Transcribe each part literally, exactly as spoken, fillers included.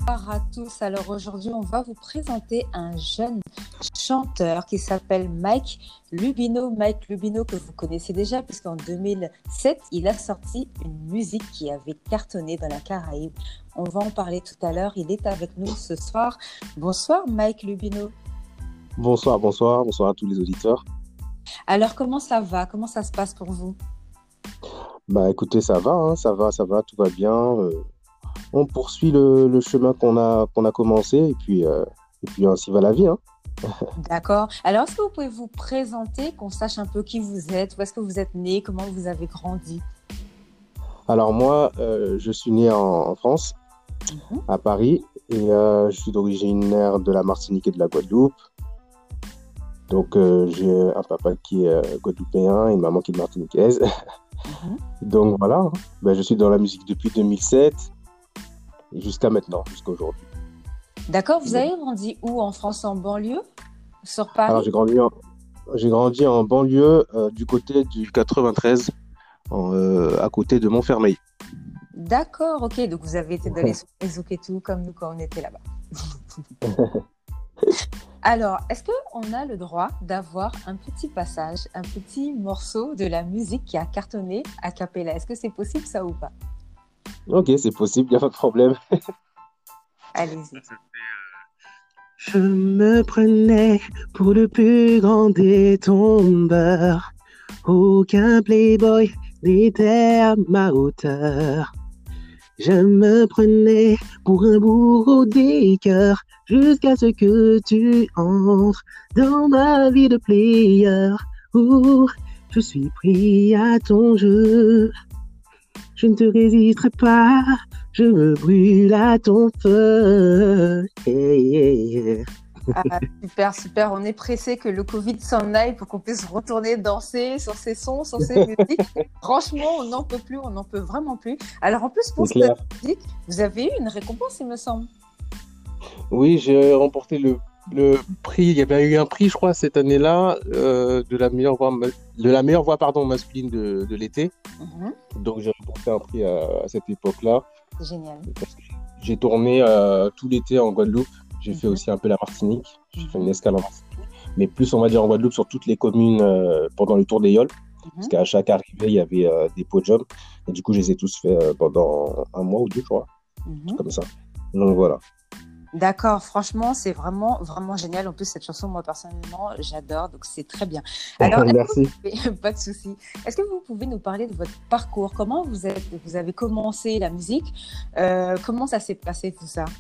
Bonsoir à tous. Alors aujourd'hui, on va vous présenter un jeune chanteur qui s'appelle Mike Lubino. Mike Lubino que vous connaissez déjà puisqu'en deux mille sept, il a sorti une musique qui avait cartonné dans la Caraïbe. On va en parler tout à l'heure. Il est avec nous ce soir. Bonsoir Mike Lubino. Bonsoir, bonsoir, bonsoir à tous les auditeurs. Alors comment ça va? Comment ça se passe pour vous? Bah écoutez, ça va, hein, ça va, ça va, tout va bien. euh, on poursuit le, le chemin qu'on a, qu'on a commencé et puis, euh, et puis ainsi va la vie, hein. D'accord. Alors est-ce que vous pouvez vous présenter, qu'on sache un peu qui vous êtes, où est-ce que vous êtes né, comment vous avez grandi? Alors moi, euh, je suis né en, en France, Mhm. à Paris, et euh, je suis d'origine de la Martinique et de la Guadeloupe. Donc euh, j'ai un papa qui est euh, guadeloupéen et une maman qui est martiniquaise. Mhm. Donc voilà, hein. Ben, je suis dans la musique depuis deux mille sept et jusqu'à maintenant, jusqu'à aujourd'hui. D'accord. Vous Donc, avez grandi où en France, en banlieue? Sur alors Paris? j'ai grandi en, j'ai grandi en banlieue euh, du côté du quatre-vingt-treize, en, euh, à côté de Montfermeil. D'accord, ok. Donc vous avez été dans les soirées zouk et tout, comme nous quand on était là-bas. Alors, est-ce qu'on a le droit d'avoir un petit passage, un petit morceau de la musique qui a cartonné a cappella? Est-ce que c'est possible ça ou pas? Ok, c'est possible, il n'y a pas de problème. Allez-y. Je me prenais pour le plus grand des tombeurs. Aucun playboy n'était à ma hauteur. Je me prenais pour un bourreau des cœurs jusqu'à ce que tu entres dans ma vie de player. Ouh, je suis pris à ton jeu. Je ne te résisterai pas. Je me brûle à ton feu. Yeah, yeah, yeah. Ah, super, super. On est pressé que le Covid s'en aille pour qu'on puisse retourner danser sur ces sons, sur ces musiques. Franchement, on n'en peut plus, on n'en peut vraiment plus. Alors en plus, pour C'est cette clair. musique, vous avez eu une récompense, il me semble. Oui, j'ai remporté le, le prix. Il y avait eu un prix, je crois, cette année-là, euh, de la meilleure voix, ma- de la meilleure voix pardon, masculine de, de l'été. Mhm. Donc, j'ai remporté un prix à, à cette époque-là. C'est génial. Parce que j'ai tourné euh, tout l'été en Guadeloupe. J'ai fait Mhm. aussi un peu la Martinique. J'ai fait une Mhm. escale en Martinique. Mais plus, on va dire, en Guadeloupe, sur toutes les communes euh, pendant le Tour des Yoles. Parce Mhm. qu'à chaque arrivée, il y avait euh, des podiums. Et du coup, je les ai tous faits euh, pendant un mois ou deux, je crois. Un truc Mhm. comme ça. Donc, voilà. D'accord, franchement, c'est vraiment, vraiment génial. En plus, cette chanson, moi, personnellement, j'adore, donc c'est très bien. Alors, est-ce que Merci. vous pouvez- pas de souci. Est-ce que vous pouvez nous parler de votre parcours? Comment vous êtes, vous avez commencé la musique? Euh, comment ça s'est passé tout ça?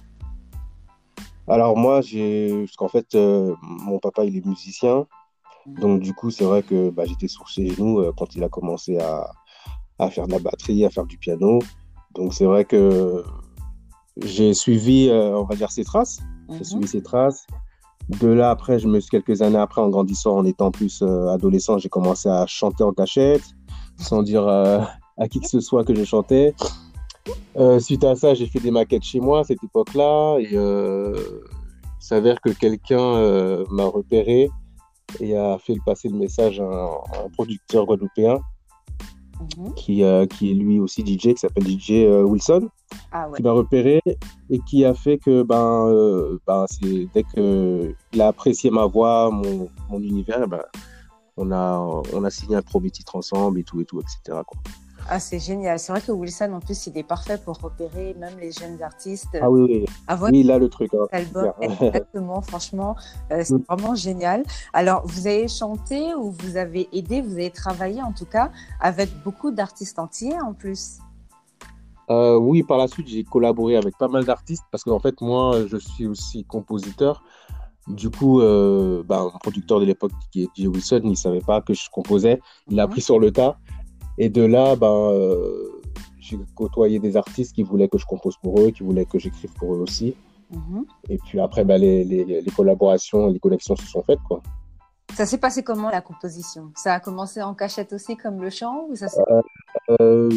Alors moi, j'ai, parce qu'en fait, euh, mon papa, il est musicien, donc du coup, c'est vrai que bah, j'étais sur ses genoux euh, quand il a commencé à, à faire de la batterie, à faire du piano. Donc c'est vrai que j'ai suivi, euh, on va dire, ses traces. J'ai Mhm. suivi ses traces. De là, après, je me suis quelques années après, en grandissant, en étant plus euh, adolescent, j'ai commencé à chanter en cachette, sans dire euh, à qui que ce soit que je chantais. Euh, suite à ça, j'ai fait des maquettes chez moi à cette époque-là, et euh, il s'avère que quelqu'un euh, m'a repéré et a fait passer le message à un, à un producteur guadeloupéen Mhm. qui, euh, qui est lui aussi D J, qui s'appelle D J euh, Wilson, Ah ouais. qui m'a repéré et qui a fait que ben, euh, ben c'est, dès qu'il a apprécié ma voix, mon, mon univers, ben, on, a, on a signé un premier titre ensemble et tout, et tout, et cetera quoi. Ah, c'est génial. C'est vrai que Wilson, en plus, il est parfait pour repérer même les jeunes artistes. Ah oui, oui, Avoir oui, là le truc, hein, c'est album, clair. exactement, franchement, euh, c'est vraiment génial. Alors, vous avez chanté ou vous avez aidé, vous avez travaillé en tout cas avec beaucoup d'artistes entiers en plus. Euh, oui, par la suite, j'ai collaboré avec pas mal d'artistes parce qu'en fait, moi, je suis aussi compositeur. Du coup, euh, bah, mon producteur de l'époque, qui est D J Wilson, il ne savait pas que je composais. Il a Mhm. appris sur le tas. Et de là, bah, euh, j'ai côtoyé des artistes qui voulaient que je compose pour eux, qui voulaient que j'écrive pour eux aussi. Mhm. Et puis après, bah, les, les, les collaborations, les connexions se sont faites, quoi. Ça s'est passé comment la composition? Ça a commencé en cachette aussi comme le chant ou ça s'est... Euh,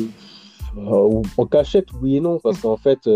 en cachette, oui et non, parce qu'en fait, euh,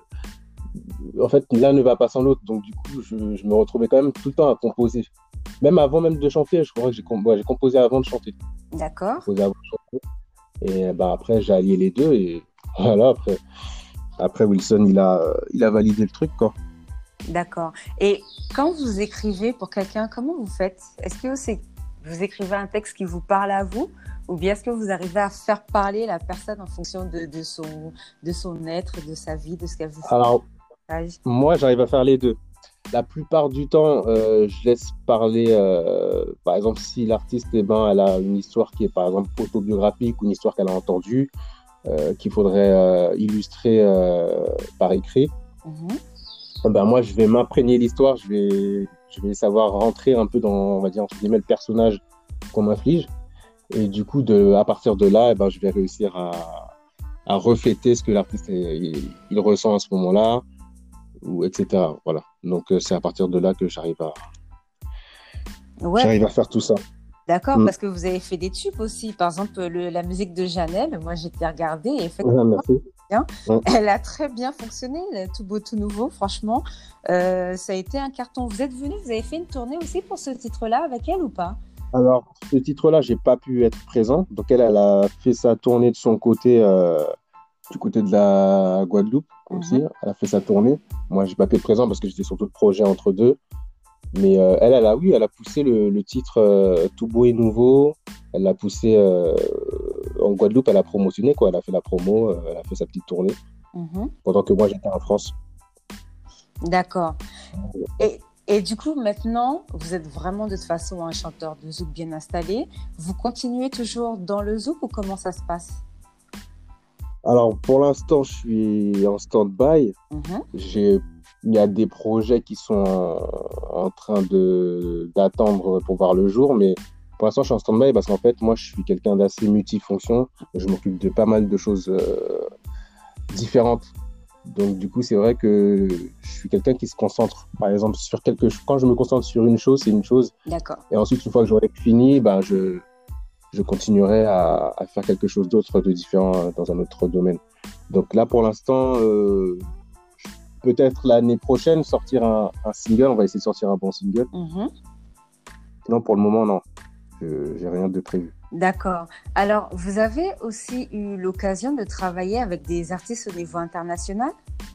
en fait, l'un ne va pas sans l'autre. Donc, du coup, je, je me retrouvais quand même tout le temps à composer. Même avant même de chanter, je crois que j'ai com- ouais, j'ai composé avant de chanter. D'accord. Composé avant de chanter. Et bah, après, j'ai allié les deux. Et voilà, après, après Wilson, il a, il a validé le truc, quoi. D'accord. Et quand vous écrivez pour quelqu'un, comment vous faites? Est-ce que c'est, vous écrivez un texte qui vous parle à vous, ou bien est-ce que vous arrivez à faire parler la personne en fonction de, de son, de son être, de sa vie, de ce qu'elle vous Alors, partage? moi, j'arrive à faire les deux. La plupart du temps, euh, je laisse parler, euh, par exemple, si l'artiste, eh ben, elle a une histoire qui est, par exemple, autobiographique ou une histoire qu'elle a entendue, euh, qu'il faudrait euh, illustrer euh, par écrit. Mhm. Ben, moi, je vais m'imprégner l'histoire, je vais, je vais savoir rentrer un peu dans, on va dire, entre guillemets, le personnage qu'on m'inflige. Et du coup, de, à partir de là, eh ben, je vais réussir à, à refléter ce que l'artiste il, il ressent à ce moment-là, ou et cetera. Voilà. Donc, euh, c'est à partir de là que j'arrive à, Ouais, j'arrive à faire tout ça. d'accord, Mm. parce que vous avez fait des tubes aussi. Par exemple, le- la musique de Janelle, moi j'étais regardée et Ouais, effectivement, merci. bien, Ouais. elle a très bien fonctionné, le Tout beau, tout nouveau, franchement. Euh, ça a été un carton. Vous êtes venu, vous avez fait une tournée aussi pour ce titre-là avec elle ou pas? Alors, ce titre-là, j'ai pas pu être présent. Donc, elle, elle a fait sa tournée de son côté, euh, du côté de la Guadeloupe aussi. Mhm. Elle a fait sa tournée. Moi, j'ai pas pu être présent parce que j'étais sur d'autres projets entre deux. Mais euh, elle, elle a, oui, elle a poussé le, le titre euh, Tout beau et nouveau. Elle l'a poussé euh, en Guadeloupe. Elle a promotionné, quoi. Elle a fait la promo. Euh, elle a fait sa petite tournée. Mhm. Pendant que moi, j'étais en France. D'accord. Et, et du coup, maintenant, vous êtes vraiment de toute façon un chanteur de zouk bien installé. Vous continuez toujours dans le zouk ou comment ça se passe? Alors, pour l'instant, je suis en stand-by. Mhm. J'ai, il y a des projets qui sont en, en train de, d'attendre pour voir le jour, mais pour l'instant, je suis en stand-by parce qu'en fait, moi, je suis quelqu'un d'assez multifonction. Je m'occupe de pas mal de choses euh, différentes. Donc, du coup, c'est vrai que je suis quelqu'un qui se concentre, par exemple, sur quelque chose. Quand je me concentre sur une chose, c'est une chose. D'accord. Et ensuite, une fois que j'aurai fini, ben, je, je continuerai à, à faire quelque chose d'autre de différent dans un autre domaine. Donc là, pour l'instant, euh, peut-être l'année prochaine, sortir un, un single. On va essayer de sortir un bon single. Mhm. Sinon, pour le moment, non. Je j'ai rien de prévu. D'accord. Alors, vous avez aussi eu l'occasion de travailler avec des artistes au niveau international?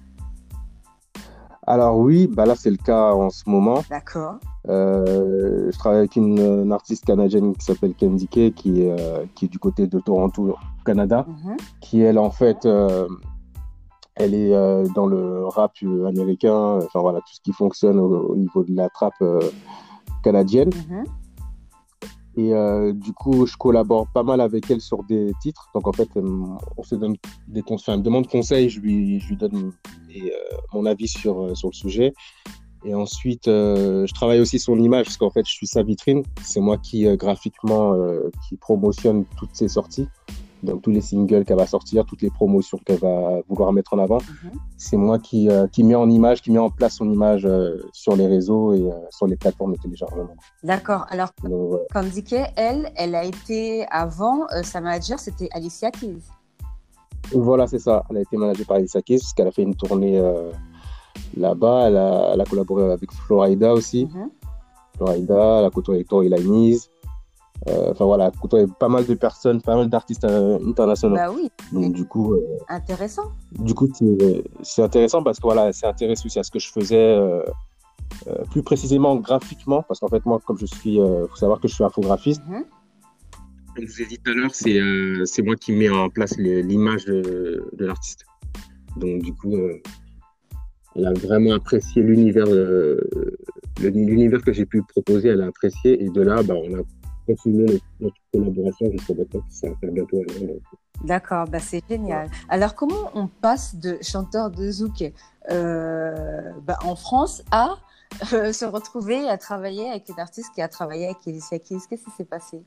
Alors oui, bah là, c'est le cas en ce moment. D'accord. Euh, je travaille avec une, une artiste canadienne qui s'appelle Candy K, qui est, euh, qui est du côté de Toronto, au Canada, Mhm. qui, elle, en fait, euh, elle est euh, dans le rap euh, américain, enfin voilà, tout ce qui fonctionne au, au niveau de la trappe euh, canadienne. Mhm. Et euh, du coup, je collabore pas mal avec elle sur des titres. Donc en fait, euh, on se donne des conseils, enfin, elle me demande conseil, je lui, je lui donne et, euh, mon avis sur, euh, sur le sujet. Et ensuite, euh, je travaille aussi son image parce qu'en fait, je suis sa vitrine. C'est moi qui, euh, graphiquement, euh, qui promotionne toutes ses sorties. Donc, tous les singles qu'elle va sortir, toutes les promotions qu'elle va vouloir mettre en avant. Mhm. C'est moi qui, euh, qui met en image, qui met en place son image euh, sur les réseaux et euh, sur les plateformes de téléchargement. D'accord. Alors, Donc, ouais. Candy K, elle, elle a été avant, euh, sa manager, c'était Alicia Keys. Voilà, c'est ça. Elle a été managée par Alicia Keys parce qu'elle a fait une tournée euh, là-bas. Elle a, elle a collaboré avec Florida aussi. Mhm. Florida, elle a côtoyé Tory Lanez. Euh, Enfin voilà, elle a côtoyé pas mal de personnes, pas mal d'artistes euh, internationaux. Bah oui, Donc du coup, euh, intéressant. du coup c'est, c'est intéressant parce que voilà, elle s'est intéressée aussi à ce que je faisais euh, euh, plus précisément graphiquement. Parce qu'en fait, moi, comme je suis, euh, faut savoir que je suis infographiste. Mhm. Comme je vous ai dit tout à l'heure, c'est euh, c'est moi qui mets en place le- l'image de, de l'artiste. Donc, du coup, euh, elle a vraiment apprécié l'univers, euh, le- l'univers que j'ai pu proposer, elle a apprécié. Et de là, bah, on a continué notre, notre collaboration jusqu'à maintenant, ça va faire bientôt un an. Donc, D'accord, bah c'est génial. Alors, comment on passe de chanteur de zouk euh, bah, en France à euh, se retrouver à travailler avec une artiste qui a travaillé avec Alicia Keys? Qu'est-ce qui s'est passé?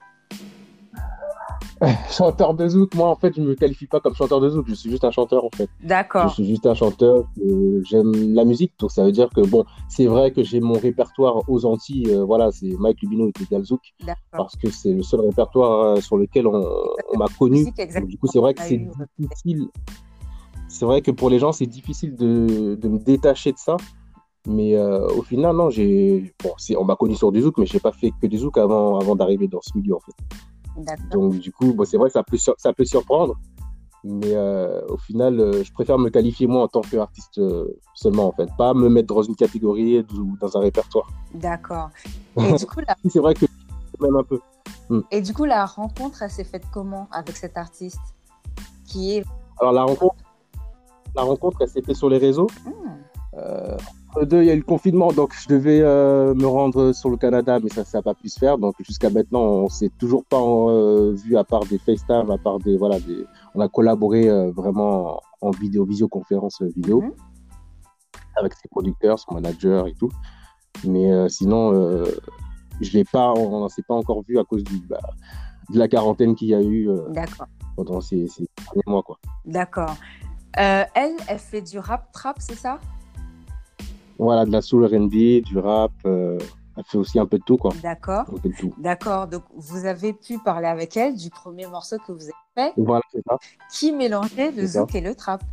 chanteur de zouk, moi en fait, je me qualifie pas comme chanteur de zouk, je suis juste un chanteur en fait. Je D'accord, suis juste un chanteur, euh, j'aime la musique, donc ça veut dire que bon, c'est vrai que j'ai mon répertoire aux Antilles, euh, voilà, c'est Mike Lubino et Gal Zouk, d'accord. parce que c'est le seul répertoire euh, sur lequel on, on m'a connu. Musique, Donc exactement. du coup, c'est vrai que On a c'est eu- difficile. C'est vrai que pour les gens, c'est difficile de, de me détacher de ça. Mais euh, au final, non, j'ai. Bon, c'est, on m'a connu sur du zouk, mais j'ai pas fait que du zouk avant, avant d'arriver dans ce milieu, en fait. D'accord. Donc, du coup, bon, c'est vrai que ça peut, sur- ça peut surprendre. Mais euh, au final, euh, je préfère me qualifier moi en tant qu'artiste euh, seulement, en fait. Pas me mettre dans une catégorie ou dans un répertoire. D'accord. Et du coup, la... C'est vrai que même un peu. Hmm. Et du coup, la rencontre, elle s'est faite comment avec cet artiste qui est... Alors, la rencontre, la rencontre, elle s'est faite sur les réseaux. Hmm. Euh, entre deux, il y a eu le confinement, donc je devais euh, me rendre sur le Canada, mais ça n'a pas pu se faire. Donc jusqu'à maintenant, on s'est toujours pas euh, vu à part des FaceTime, à part des voilà, des... on a collaboré euh, vraiment en vidéo, visioconférence vidéo Mhm. avec ses producteurs, son manager et tout. Mais euh, sinon, euh, je l'ai pas, on ne s'est pas encore vu à cause du, bah, de la quarantaine qu'il y a eu euh, D'accord. pendant ces, ces derniers mois, quoi. D'accord. Euh, elle, elle fait du rap trap, c'est ça? Voilà, de la soul R and B, du rap. Euh, elle fait aussi un peu de tout, quoi. D'accord. Un peu de tout. D'accord. Donc, vous avez pu parler avec elle du premier morceau que vous avez fait, Voilà, c'est ça. qui mélangeait le C'est ça. zouk et le trap.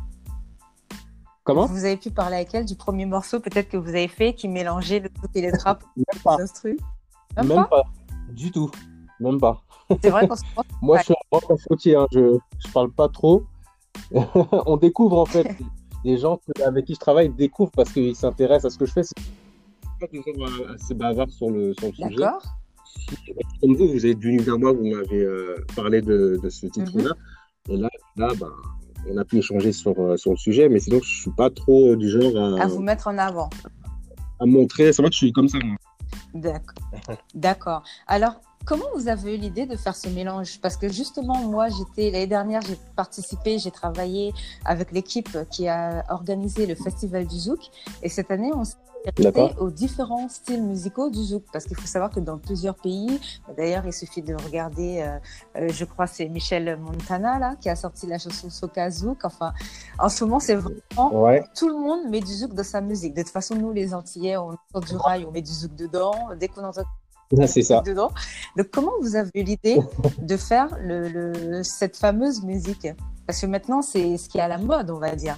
Comment? Vous avez pu parler avec elle du premier morceau peut-être que vous avez fait, qui mélangeait le zouk et le trap. Même pas. Les instrus. Même, Même pas, pas. Du tout. Même pas. C'est vrai qu'on se pense. Moi, je suis un grand fautier, hein. Je ne parle pas trop. On découvre, en fait, les gens que- avec qui je travaille découvrent parce qu'ils s'intéressent à ce que je fais. C'est pas toujours euh, assez bavard sur le, sur le sujet. D'accord. Comme vous, vous êtes venu vers moi, vous m'avez euh, parlé de, de ce titre-là. Mhm. Et là, là bah, on a pu échanger sur, euh, sur le sujet, mais sinon, je ne suis pas trop euh, du genre à, À vous mettre en avant. à montrer. C'est vrai que je suis comme ça, moi. D'accord. D'accord. Alors, comment vous avez eu l'idée de faire ce mélange? Parce que justement, moi, j'étais l'année dernière, j'ai participé, j'ai travaillé avec l'équipe qui a organisé le Festival du Zouk. Et cette année, on s'est intéressé aux différents styles musicaux du Zouk. Parce qu'il faut savoir que dans plusieurs pays, d'ailleurs, il suffit de regarder, euh, euh, je crois, c'est Michel Montana, là, qui a sorti la chanson Soca Zouk. Enfin, en ce moment, c'est vraiment, Ouais. tout le monde met du Zouk dans sa musique. De toute façon, nous, les Antillais, on entend du rail, on met du Zouk dedans. Dès qu'on entend C'est ça. dedans. Donc, comment vous avez eu l'idée de faire le, le, cette fameuse musique? Parce que maintenant, c'est ce qui est à la mode, on va dire.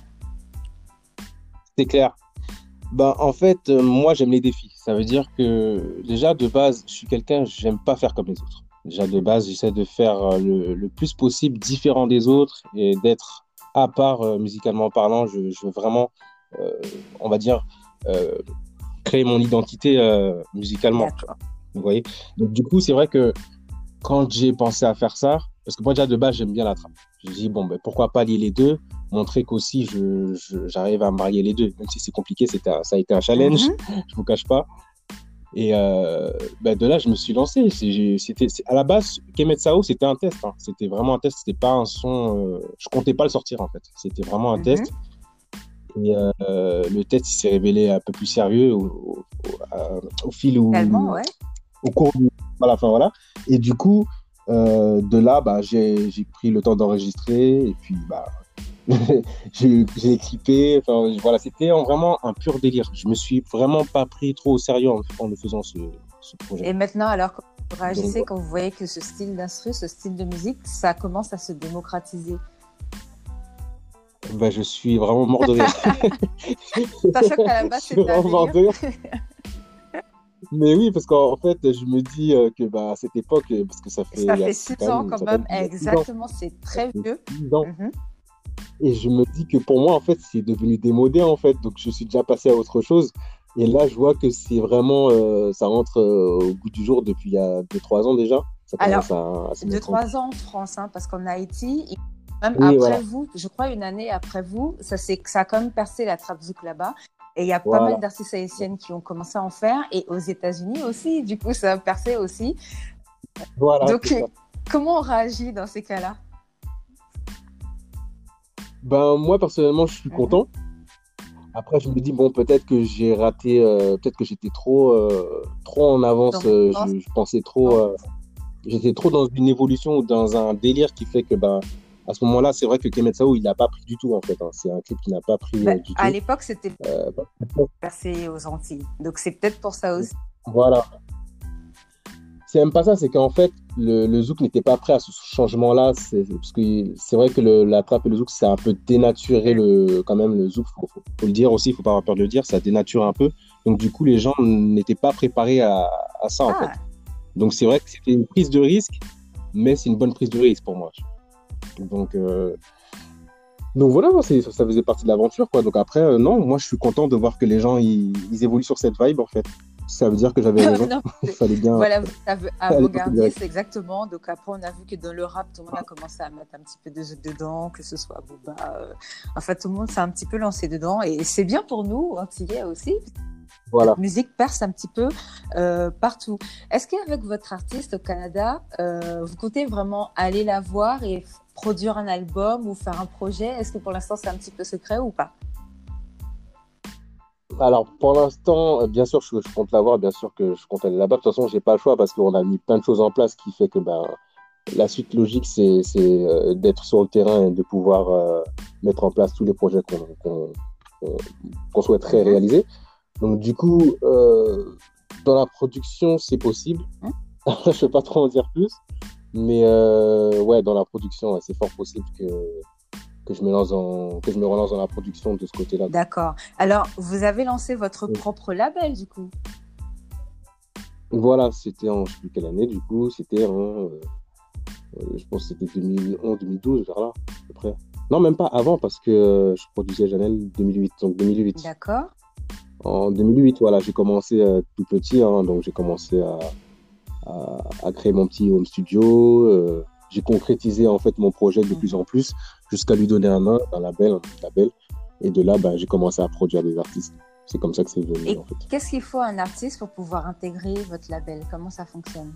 C'est clair. Ben, en fait, euh, moi, j'aime les défis. Ça veut dire que, déjà, de base, je suis quelqu'un, j'aime pas faire comme les autres. Déjà, de base, j'essaie de faire euh, le, le plus possible différent des autres et d'être à part euh, musicalement parlant. Je, je veux vraiment, euh, on va dire, euh, créer mon identité euh, musicalement. D'accord. Vous voyez? Donc, du coup, c'est vrai que quand j'ai pensé à faire ça, parce que moi, déjà, de base, j'aime bien la trappe. Je me dis, bon, ben, pourquoi pas lier les deux, montrer qu'aussi, je, je, j'arrive à marier les deux. Même si c'est compliqué, c'était un- ça a été un challenge, Mhm. je vous cache pas. Et euh, ben, de là, je me suis lancé. C'est, j'ai- c'était, c'est- à la base, Kemet Sao, c'était un test, hein. C'était vraiment un test, c'était pas un son. Euh, je comptais pas le sortir, en fait. C'était vraiment un Mhm. test. Et euh, le test, il s'est révélé un peu plus sérieux au, au, au- à- au fil où, Tellement, ouais. au cours du... Voilà, enfin, voilà. Et du coup, euh, de là, bah, j'ai, j'ai pris le temps d'enregistrer et puis bah, j'ai, j'ai équipé. Enfin, voilà, c'était en- vraiment un pur délire. Je me suis vraiment pas pris trop au sérieux en, en le faisant ce, ce projet. Et maintenant, alors, comment vous réagissez Donc, quand vous voyez que ce style d'instru, ce style de musique, ça commence à se démocratiser? bah, je suis vraiment mort de rire. Sachant qu'à la Je base, suis c'était un vraiment mort délire. de rire. Mais oui, parce qu'en en fait, je me dis euh, que bah, à cette époque, euh, parce que ça fait, Ça il y a fait six quand ans même, quand ça même. date d'il y a six ans. Exactement, c'est très Ça fait vieux. six ans. Mhm. Et je me dis que pour moi, en fait, c'est devenu démodé, en fait. Donc, je suis déjà passé à autre chose. Et là, je vois que c'est vraiment, euh, ça rentre euh, au goût du jour depuis il y a deux trois ans déjà. Ça Alors, commence à, à se deux, mettre en... trois ans en France, hein, parce qu'en Haïti, il- même Oui, après voilà. vous, je crois une année après vous, ça, c'est, ça a quand même percé la trap zouk là-bas. Et il y a pas Voilà. mal d'artistes haïtiennes qui ont commencé à en faire. Et aux États-Unis aussi, du coup, ça a percé aussi. Voilà, Donc, c'est ça. comment on réagit dans ces cas-là? Ben, moi, personnellement, je suis Mhm. content. Après, je me dis, bon, peut-être que j'ai raté, euh, peut-être que j'étais trop, euh, trop en avance. Donc, euh, non, je, je pensais trop, euh, j'étais trop dans une évolution ou dans un délire qui fait que, ben, à ce moment-là, c'est vrai que Kemet Sao, il n'a pas pris du tout, en fait, hein. C'est un clip qui n'a pas pris bah, euh, du à tout. l'époque, c'était Euh, percé aux Antilles. Donc, c'est peut-être pour ça aussi. voilà. C'est même pas ça, c'est qu'en fait, le, le zouk n'était pas prêt à ce changement-là. C'est, parce que c'est vrai que le, la trappe et le zouk, ça a un peu dénaturé le, quand même le zouk. Faut, faut, faut le dire aussi, il faut pas avoir peur de le dire, ça dénature un peu. Donc du coup, les gens n'étaient pas préparés à, à ça, en Ah, fait. Donc c'est vrai que c'était une prise de risque, mais c'est une bonne prise de risque pour moi. Donc, euh, donc voilà, c'est, ça faisait partie de l'aventure, quoi. Donc après, euh, non, moi je suis content de voir que les gens ils, ils évoluent sur cette vibe en fait. Ça veut dire que j'avais raison. Non, Il c'est- fallait bien voilà, vous- av- aller dans cette avant-gardiste, direction. c'est exactement. Donc après, on a vu que dans le rap, tout le monde a commencé à mettre un petit peu de dedans, que ce soit Booba. euh, Enfin, tout le monde s'est un petit peu lancé dedans. Et c'est bien pour nous, Antillais aussi. Voilà. Cette musique perce un petit peu euh, partout. Est-ce qu'avec votre artiste au Canada, euh, vous comptez vraiment aller la voir et f- produire un album ou faire un projet? Est-ce que pour l'instant, c'est un petit peu secret ou pas? Alors pour l'instant, euh, bien sûr, je, je compte l'avoir, bien sûr que je compte aller là-bas. De toute façon, j'ai pas le choix parce qu'on a mis plein de choses en place qui fait que ben, la suite logique, c'est, c'est euh, d'être sur le terrain et de pouvoir euh, mettre en place tous les projets qu'on, qu'on, qu'on- qu'on souhaiterait Mhm. réaliser. Donc du coup, euh, dans la production, c'est possible. Mhm. Je ne peux pas trop en dire plus, mais euh, ouais, dans la production, ouais, c'est fort possible que, que je me lance dans, que je me relance dans la production de ce côté-là. D'accord. Alors, vous avez lancé votre Donc, propre label, du coup. voilà, c'était en, je ne sais plus quelle année, du coup, c'était en, euh, euh, je pense que c'était deux mille onze, deux mille douze, vers là, à peu près. Non, même pas avant, parce que euh, je produisais Janelle deux mille huit, donc deux mille huit. D'accord. En deux mille huit, voilà, j'ai commencé euh, tout petit, hein, donc j'ai commencé à, à, à créer mon petit home studio. euh, j'ai concrétisé en fait mon projet de plus Mhm. en plus, jusqu'à lui donner un nom, un label, un label. Et de là, ben, j'ai commencé à produire des artistes. C'est comme ça que c'est venu, Et en fait. qu'est-ce qu'il faut à un artiste pour pouvoir intégrer votre label? Comment ça fonctionne?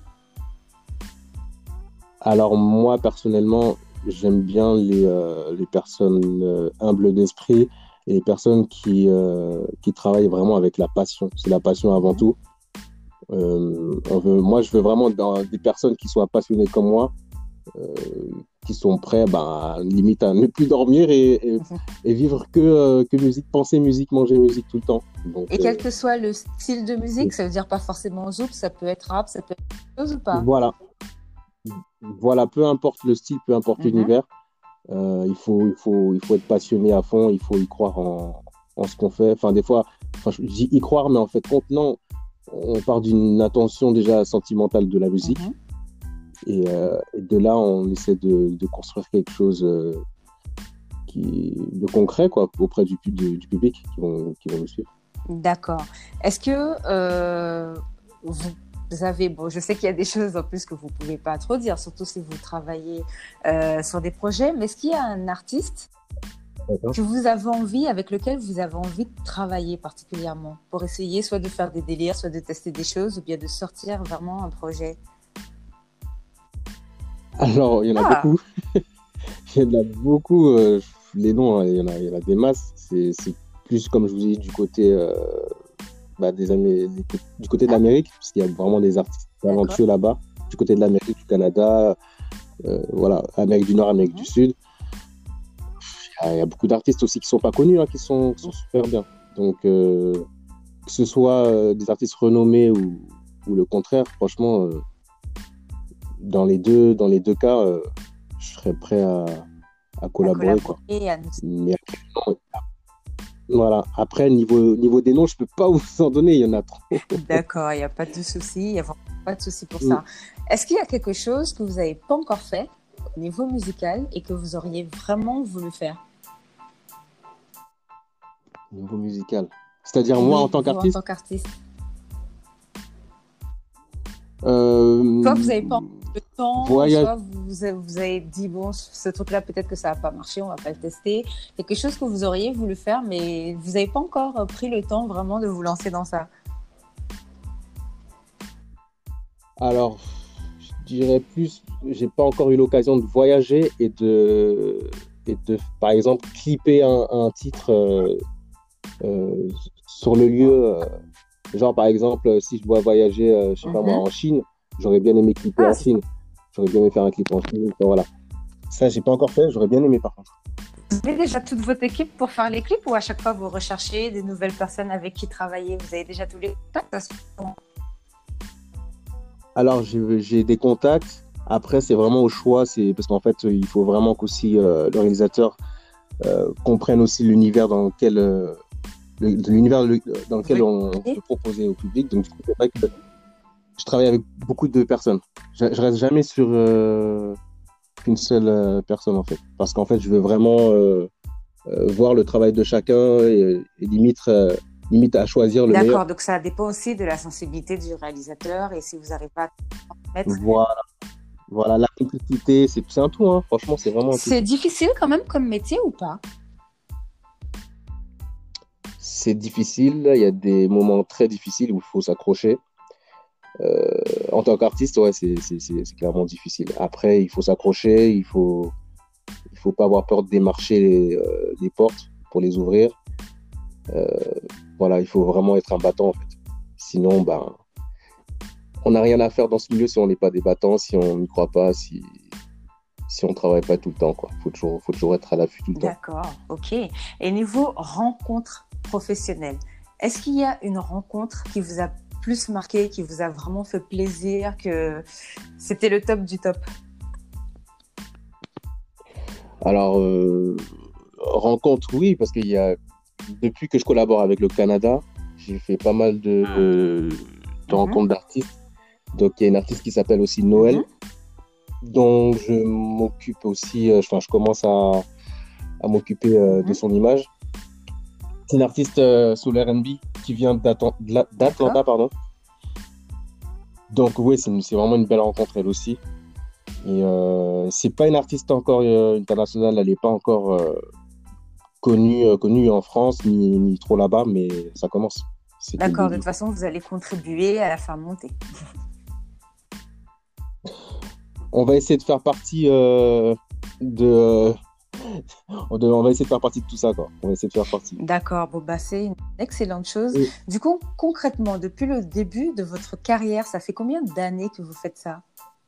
Alors moi, personnellement, j'aime bien les, euh, les personnes euh, humbles d'esprit et les personnes qui, euh, qui travaillent vraiment avec la passion. C'est la passion avant Mhm. tout. Euh, on veut, moi, je veux vraiment dans- des personnes qui soient passionnées comme moi, euh, qui sont prêts, ben, limite, à ne plus dormir et, et, Mhm. et vivre que, euh, que musique, penser musique, manger musique tout le temps. Donc Et euh, quel que soit le style de musique, ça veut dire pas forcément zouk, ça peut être rap, ça peut être autre chose ou pas? voilà, voilà, peu importe le style, peu importe Mhm. l'univers. Euh, il faut, il faut, il faut être passionné à fond, il faut y croire en, en ce qu'on fait. Enfin, des fois, enfin, je dis y croire, mais en fait, compte, non, on part d'une intention déjà sentimentale de la musique. Mhm. Et, euh, et de là, on essaie de, de construire quelque chose euh, qui, de concret quoi, auprès du, pu- du, du public qui vont, qui vont nous suivre. D'accord. Est-ce que euh, vous, vous avez, bon, je sais qu'il y a des choses en plus que vous pouvez pas trop dire, surtout si vous travaillez euh, sur des projets, mais est-ce qu'il y a un artiste D'accord. que vous avez envie, avec lequel vous avez envie de travailler particulièrement, pour essayer soit de faire des délires, soit de tester des choses, ou bien de sortir vraiment un projet? Alors, il y en a Ah, beaucoup. Il y en a beaucoup. euh, les noms, hein, il y en a, il y en a des masses. C'est, c'est plus, comme je vous ai dit, du côté, euh, bah, des Amé- du cô- du côté de ah, l'Amérique, parce qu'il y a vraiment des artistes d'accord. talentueux là-bas. Du côté de l'Amérique, du Canada, euh, voilà, Amérique du Nord, Amérique du Mhm. Sud. Il y a, il y a beaucoup d'artistes aussi qui sont pas connus, hein, qui sont, qui sont super bien. Donc, euh, que ce soit euh, des artistes renommés ou, ou le contraire, franchement, euh, dans les deux, dans les deux cas, euh, je serais prêt à, à À collaborer, quoi. collaborer, à nous... Mais voilà. Après, niveau, niveau des noms, je peux pas vous en donner, il y en a trop. D'accord, il n'y a pas de souci, il n'y a vraiment pas de souci pour Mm. ça. Est-ce qu'il y a quelque chose que vous n'avez pas encore fait au niveau musical et que vous auriez vraiment voulu faire? Niveau musical. C'est-à-dire moi en Oui, tant vous en tant qu'artiste, qu'artiste. Soit vous euh, n'avez pas le temps, ou voyage. soit vous, avez- vous avez dit, bon, ce truc-là, peut-être que ça va pas marcher, on va pas le tester. Quelque chose que vous auriez voulu faire, mais vous n'avez pas encore euh, pris le temps vraiment de vous lancer dans ça. Alors, je dirais plus, j'ai pas encore eu l'occasion de voyager et de, et de, par exemple, clipper un, un titre euh, euh, sur le lieu. euh, genre, par exemple, si je dois voyager, euh, je sais pas moi, Mhm. en Chine, j'aurais bien aimé clipper Ah, en c'est- Chine. J'aurais bien aimé faire un clip en Chine. Enfin, voilà. Ça, j'ai pas encore fait, j'aurais bien aimé par contre. vous avez déjà toute votre équipe pour faire les clips ou à chaque fois vous recherchez des nouvelles personnes avec qui travailler? Vous avez déjà tous les contacts? Ça se fait comment? Alors, j'ai j'ai des contacts. Après, c'est vraiment au choix. C'est parce qu'en fait, il faut vraiment qu'aussi euh, le réalisateur euh, comprenne aussi l'univers dans lequel, euh, le- l'univers le- dans Vous lequel on voyez? peut proposer au public. Donc, du coup, c'est vrai que je travaille avec beaucoup de personnes. Je, je reste jamais sur, euh, qu'une seule euh, personne en fait. Parce qu'en fait, je veux vraiment euh, euh, voir le travail de chacun et, et limite, euh, limite à choisir le meilleur. D'accord, donc ça dépend aussi de la sensibilité du réalisateur et si vous n'arrivez pas à mettre. Voilà, voilà la complicité, c'est c'est un tout, hein. Franchement, c'est vraiment un tout. C'est difficile quand même comme métier ou pas? C'est difficile, il y a des moments très difficiles où il faut s'accrocher. Euh, en tant qu'artiste, ouais, c'est c'est- c'est- c'est clairement difficile. Après, il faut s'accrocher, il faut, il faut pas avoir peur de démarcher les, euh, les portes pour les ouvrir. Euh, voilà, il faut vraiment être un battant en fait. Sinon, ben, on n'a rien à faire dans ce milieu si on n'est pas des battants, si on n'y croit pas, si, si on ne travaille pas tout le temps, quoi. Faut toujours, faut toujours être à l'affût tout le temps. D'accord, ok. Et niveau rencontre professionnelle, est-ce qu'il y a une rencontre qui vous a plus marqué, qui vous a vraiment fait plaisir, que c'était le top du top? Alors, euh, rencontre, oui, parce qu'il y a, depuis que je collabore avec le Canada, j'ai fait pas mal de, euh, de Mhm, rencontres d'artistes. Donc, il y a une artiste qui s'appelle aussi Noël, mhm, dont je m'occupe aussi, euh, enfin, je commence à, à m'occuper euh, de mhm. son image. C'est une artiste euh, sous l'R and B qui vient d'Atlanta, D'accord, d'Atlanta, pardon. Donc, oui, c'est une- c'est vraiment une belle rencontre, elle aussi. Et euh, c'est pas une artiste encore euh, internationale, elle n'est pas encore euh, connue, euh, connue en France, ni, ni trop là-bas, mais ça commence. C'est que le d'accord. De début, toute quoi. façon, vous allez contribuer à la faire monter. On va essayer de faire partie euh, de, de- On va essayer de faire partie de tout ça, quoi. On va essayer de faire partie. D'accord, bon, bah, c'est une excellente chose. Et, Du coup, concrètement, depuis le début de votre carrière, ça fait combien d'années que vous faites ça?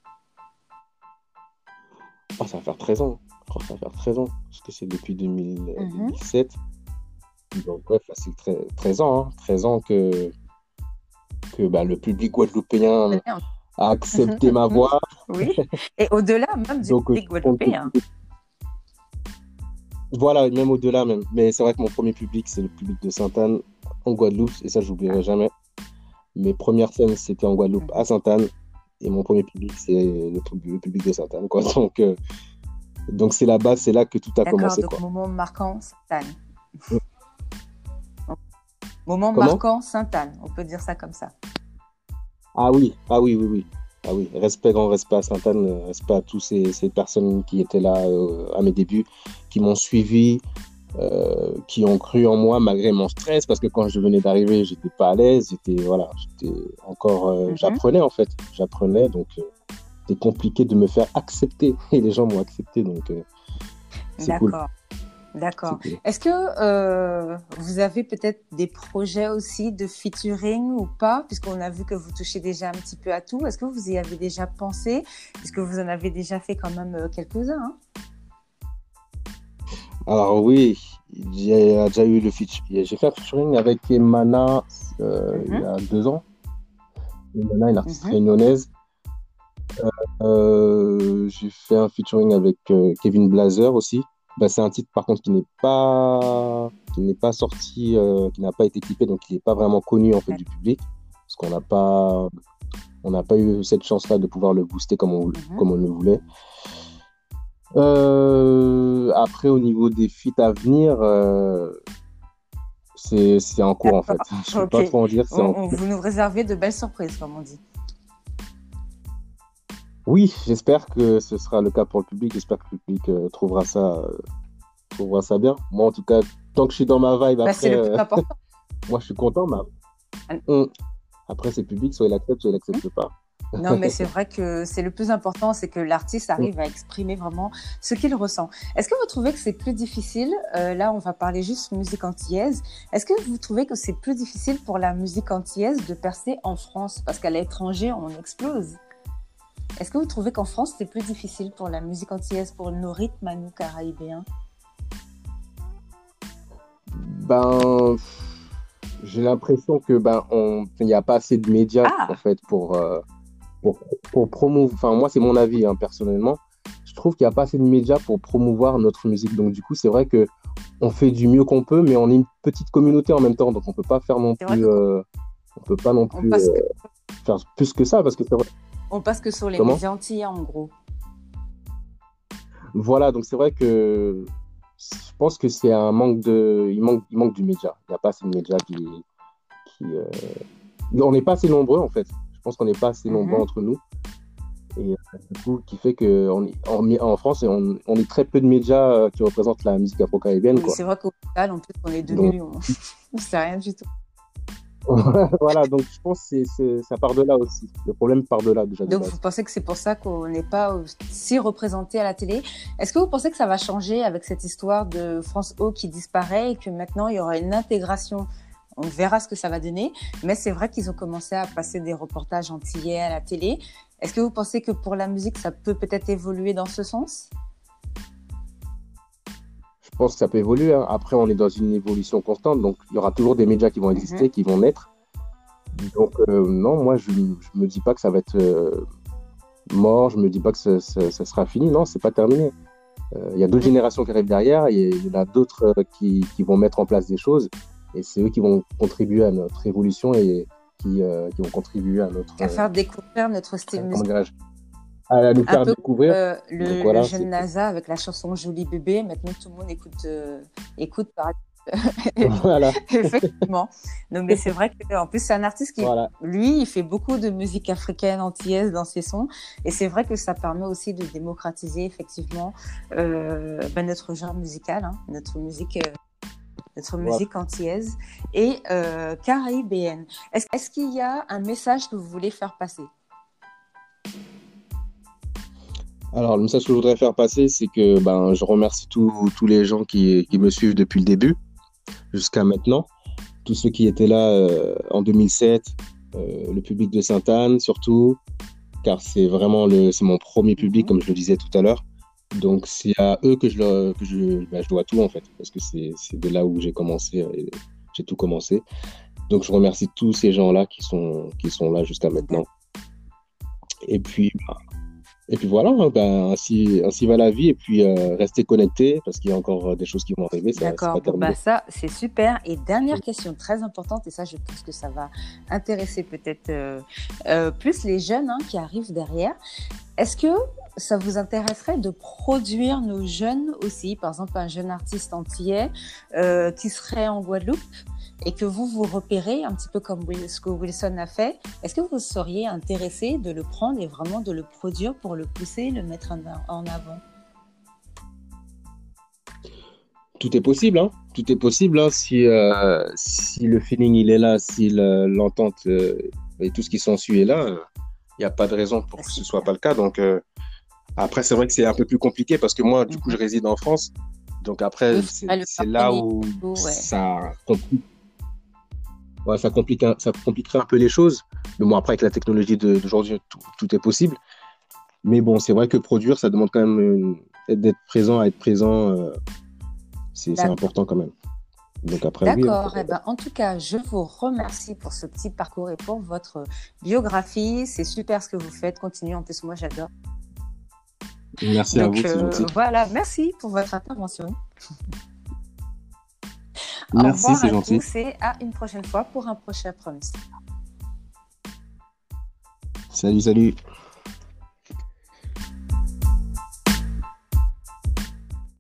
ah, ça va faire treize ans. Je crois que ça va faire treize ans, parce que c'est depuis deux mille, euh, Mhm. deux mille sept. Donc, bref, là, c'est treize treize ans, hein. treize ans que, que bah, le public guadeloupéen Très bien. a accepté ma voix. Oui, et au-delà même du Donc, euh, je public compte tout- guadeloupéen. voilà, même au-delà même. Mais c'est vrai que mon premier public, c'est le public de Sainte-Anne en Guadeloupe, et ça, je n'oublierai jamais. Mes premières scènes, c'était en Guadeloupe, à Mhm. Sainte-Anne, et mon premier public, c'est le, pub- le public de Sainte-Anne, quoi. Donc, euh, donc c'est là-bas, c'est là que tout a D'accord, commencé, donc quoi. moment marquant, Sainte-Anne. Moment Comment? marquant, Sainte-Anne, on peut dire ça comme ça. Ah oui, ah oui, oui, oui. Ah oui, respect, grand respect à Sainte-Anne, euh, respect à tous ces, ces personnes qui étaient là euh, à mes débuts, qui m'ont suivi, euh, qui ont cru en moi malgré mon stress, parce que quand je venais d'arriver, j'étais pas à l'aise, j'étais, voilà, j'étais encore, euh, Mhm. j'apprenais en fait, j'apprenais, donc euh, c'était compliqué de me faire accepter, et les gens m'ont accepté, donc euh, c'est cool, D'accord, c'est d'accord. cool. Est-ce que euh, vous avez peut-être des projets aussi de featuring ou pas, puisqu'on a vu que vous touchez déjà un petit peu à tout. Est-ce que vous y avez déjà pensé, puisque vous en avez déjà fait quand même euh, quelques-uns, hein? Alors oui, j'ai déjà eu le feat- j'ai fait un featuring avec Emana euh, il y Mhm, a deux ans. Emana, une artiste mhm. réunionnaise. Euh, j'ai fait un featuring avec euh, Kevin Blazer aussi. Bah, c'est un titre par contre qui n'est pas qui n'est pas sorti, euh, qui n'a pas été clippé, donc il n'est pas vraiment connu en fait du public, parce qu'on n'a pas on n'a pas eu cette chance-là de pouvoir le booster comme on, Mhm. comme on le voulait. Euh, après, au niveau des feats à venir, euh, c'est c'est en cours en fait. D'accord, Je ne peux ok. pas trop en dire, On, c'est en on- cours. vous nous réservez de belles surprises, comme on dit. Oui, j'espère que ce sera le cas pour le public. J'espère que le public euh, trouvera ça, euh, trouvera ça bien. Moi, en tout cas, tant que je suis dans ma vibe, Bah, c'est après, le plus euh, important. moi, je suis content. Mais hum, après, c'est le public, soit il accepte, soit il Mhm. n'accepte pas. Non, mais c'est vrai que c'est le plus important, c'est que l'artiste Hum. arrive à exprimer vraiment ce qu'il ressent. Est-ce que vous trouvez que c'est plus difficile, euh, là on va parler juste musique antillaise, est-ce que vous trouvez que c'est plus difficile pour la musique antillaise de percer en France? Parce qu'à l'étranger, on explose. Est-ce que vous trouvez qu'en France, c'est plus difficile pour la musique antillaise, pour nos rythmes à nous caribéens? Ben, j'ai l'impression que ben, on, il n'y a pas assez de médias en Ah, fait pour, euh, pour, pour promouvoir. Enfin, moi, c'est mon avis hein, personnellement. Je trouve qu'il n'y a pas assez de médias pour promouvoir notre musique. Donc, du coup, c'est vrai que on fait du mieux qu'on peut, mais on est une petite communauté en même temps, donc on peut pas faire non c'est vrai plus, que quand euh, on peut pas non on plus passe que, euh, faire plus que ça, parce que c'est vrai. on passe que sur les Comment? médias antillais, en gros. Voilà, donc c'est vrai que je pense que c'est un manque de, il manque, il manque du média. Il n'y a pas assez de médias qui, qui euh, on n'est pas assez nombreux en fait. Je pense qu'on n'est pas assez nombreux Mhm. entre nous. Et euh, du coup, qui fait que on est- en, en France, on, on est très peu de médias euh, qui représentent la musique afro-caribéenne, Oui, quoi. c'est vrai qu'au total, en plus, on est deux Donc, millions. C'est rien du tout. voilà, donc je pense que c'est, c'est- ça part de là aussi. Le problème part de là déjà de Donc, vous base. pensez que c'est pour ça qu'on n'est pas si représenté à la télé. Est-ce que vous pensez que ça va changer avec cette histoire de France O qui disparaît et que maintenant il y aura une intégration? On verra ce que ça va donner. Mais c'est vrai qu'ils ont commencé à passer des reportages antillais à la télé. Est-ce que vous pensez que pour la musique, ça peut peut-être évoluer dans ce sens? Je pense que ça peut évoluer, hein. Après, on est dans une évolution constante, donc il y aura toujours des médias qui vont Mhm. exister, qui vont naître. Donc, euh, non, moi, je ne me dis pas que ça va être euh, mort, je me dis pas que ça, ça- ça sera fini. Non, c'est pas terminé. Euh, Il y a d'autres générations qui arrivent derrière, et il y en a d'autres euh, qui, qui vont mettre en place des choses, et c'est eux qui vont contribuer à notre évolution et qui, euh, qui vont contribuer à notre, À euh, faire découvrir notre euh, style comment musical. dirais-je, à nous Un faire peu découvrir. euh, Donc le, le voilà, c'est jeune NASA avec la chanson Joli bébé. Maintenant, tout le monde écoute, euh, écoute par voilà, effectivement. Non, mais c'est vrai qu'en plus, c'est un artiste qui, voilà. lui, il fait beaucoup de musique africaine, antillaise dans ses sons. Et c'est vrai que ça permet aussi de démocratiser, effectivement, euh, ben, notre genre musical, hein, notre musique, euh, notre Voilà. musique antillaise et euh, caribéenne. Est-ce, est-ce qu'il y a un message que vous voulez faire passer? Alors, le message que je voudrais faire passer, c'est que ben, je remercie tous tous les gens qui, qui me suivent depuis le début jusqu'à maintenant. Tous ceux qui étaient là euh, en deux mille sept, euh, le public de Sainte-Anne surtout, car c'est vraiment le, c'est mon premier public, Mhm. comme je le disais tout à l'heure. Donc, c'est à eux que je, le- que je, ben, je dois tout, en fait, parce que c'est, c'est de là où j'ai commencé, euh, et j'ai tout commencé. Donc, je remercie tous ces gens-là qui sont, qui sont là jusqu'à maintenant. Et puis, et puis voilà, hein, ben, ainsi, ainsi va la vie. Et puis, euh, restez connectés, parce qu'il y a encore euh, des choses qui vont arriver, ça, c'est D'accord, pas bon bah terminé. ça c'est super. Et dernière question très importante, et ça je pense que ça va intéresser peut-être euh, euh, plus les jeunes hein, qui arrivent derrière. Est-ce que ça vous intéresserait de produire nos jeunes aussi, par exemple un jeune artiste antillais euh, qui serait en Guadeloupe et que vous vous repérez un petit peu comme Will- ce que Wilson a fait? Est-ce que vous seriez intéressé de le prendre et vraiment de le produire pour le pousser, le mettre en en avant? Tout est possible, hein. Tout est possible, hein, si, euh, si le feeling il est là, si le- l'entente euh, et tout ce qui s'ensuit est là, il n'y a pas de raison pour Ah, que ce soit super. pas le cas. Donc, euh, après, c'est vrai que c'est un peu plus compliqué parce que moi, du coup, je Mhm. réside en France. Donc, Oui, après, il c'est faudrait le c'est faire là venir. où Ouais. ça complique, ouais, ça complique, un- ça compliquerait un peu les choses. Mais bon, après, avec la technologie de- d'aujourd'hui, tout, tout est possible. Mais bon, c'est vrai que produire, ça demande quand même euh, d'être présent, à être présent, euh, c'est c'est D'accord. important quand même. Donc, après, oui, hein, D'accord. Eh pourquoi pas. ben, en tout cas, je vous remercie pour ce petit parcours et pour votre biographie. C'est super ce que vous faites. Continuez. En plus, moi, j'adore. Merci à Donc, vous, c'est euh, gentil. voilà. Merci pour votre intervention. Au Merci, revoir c'est à gentil. tous et à une prochaine fois pour un prochain Promise. Salut, salut.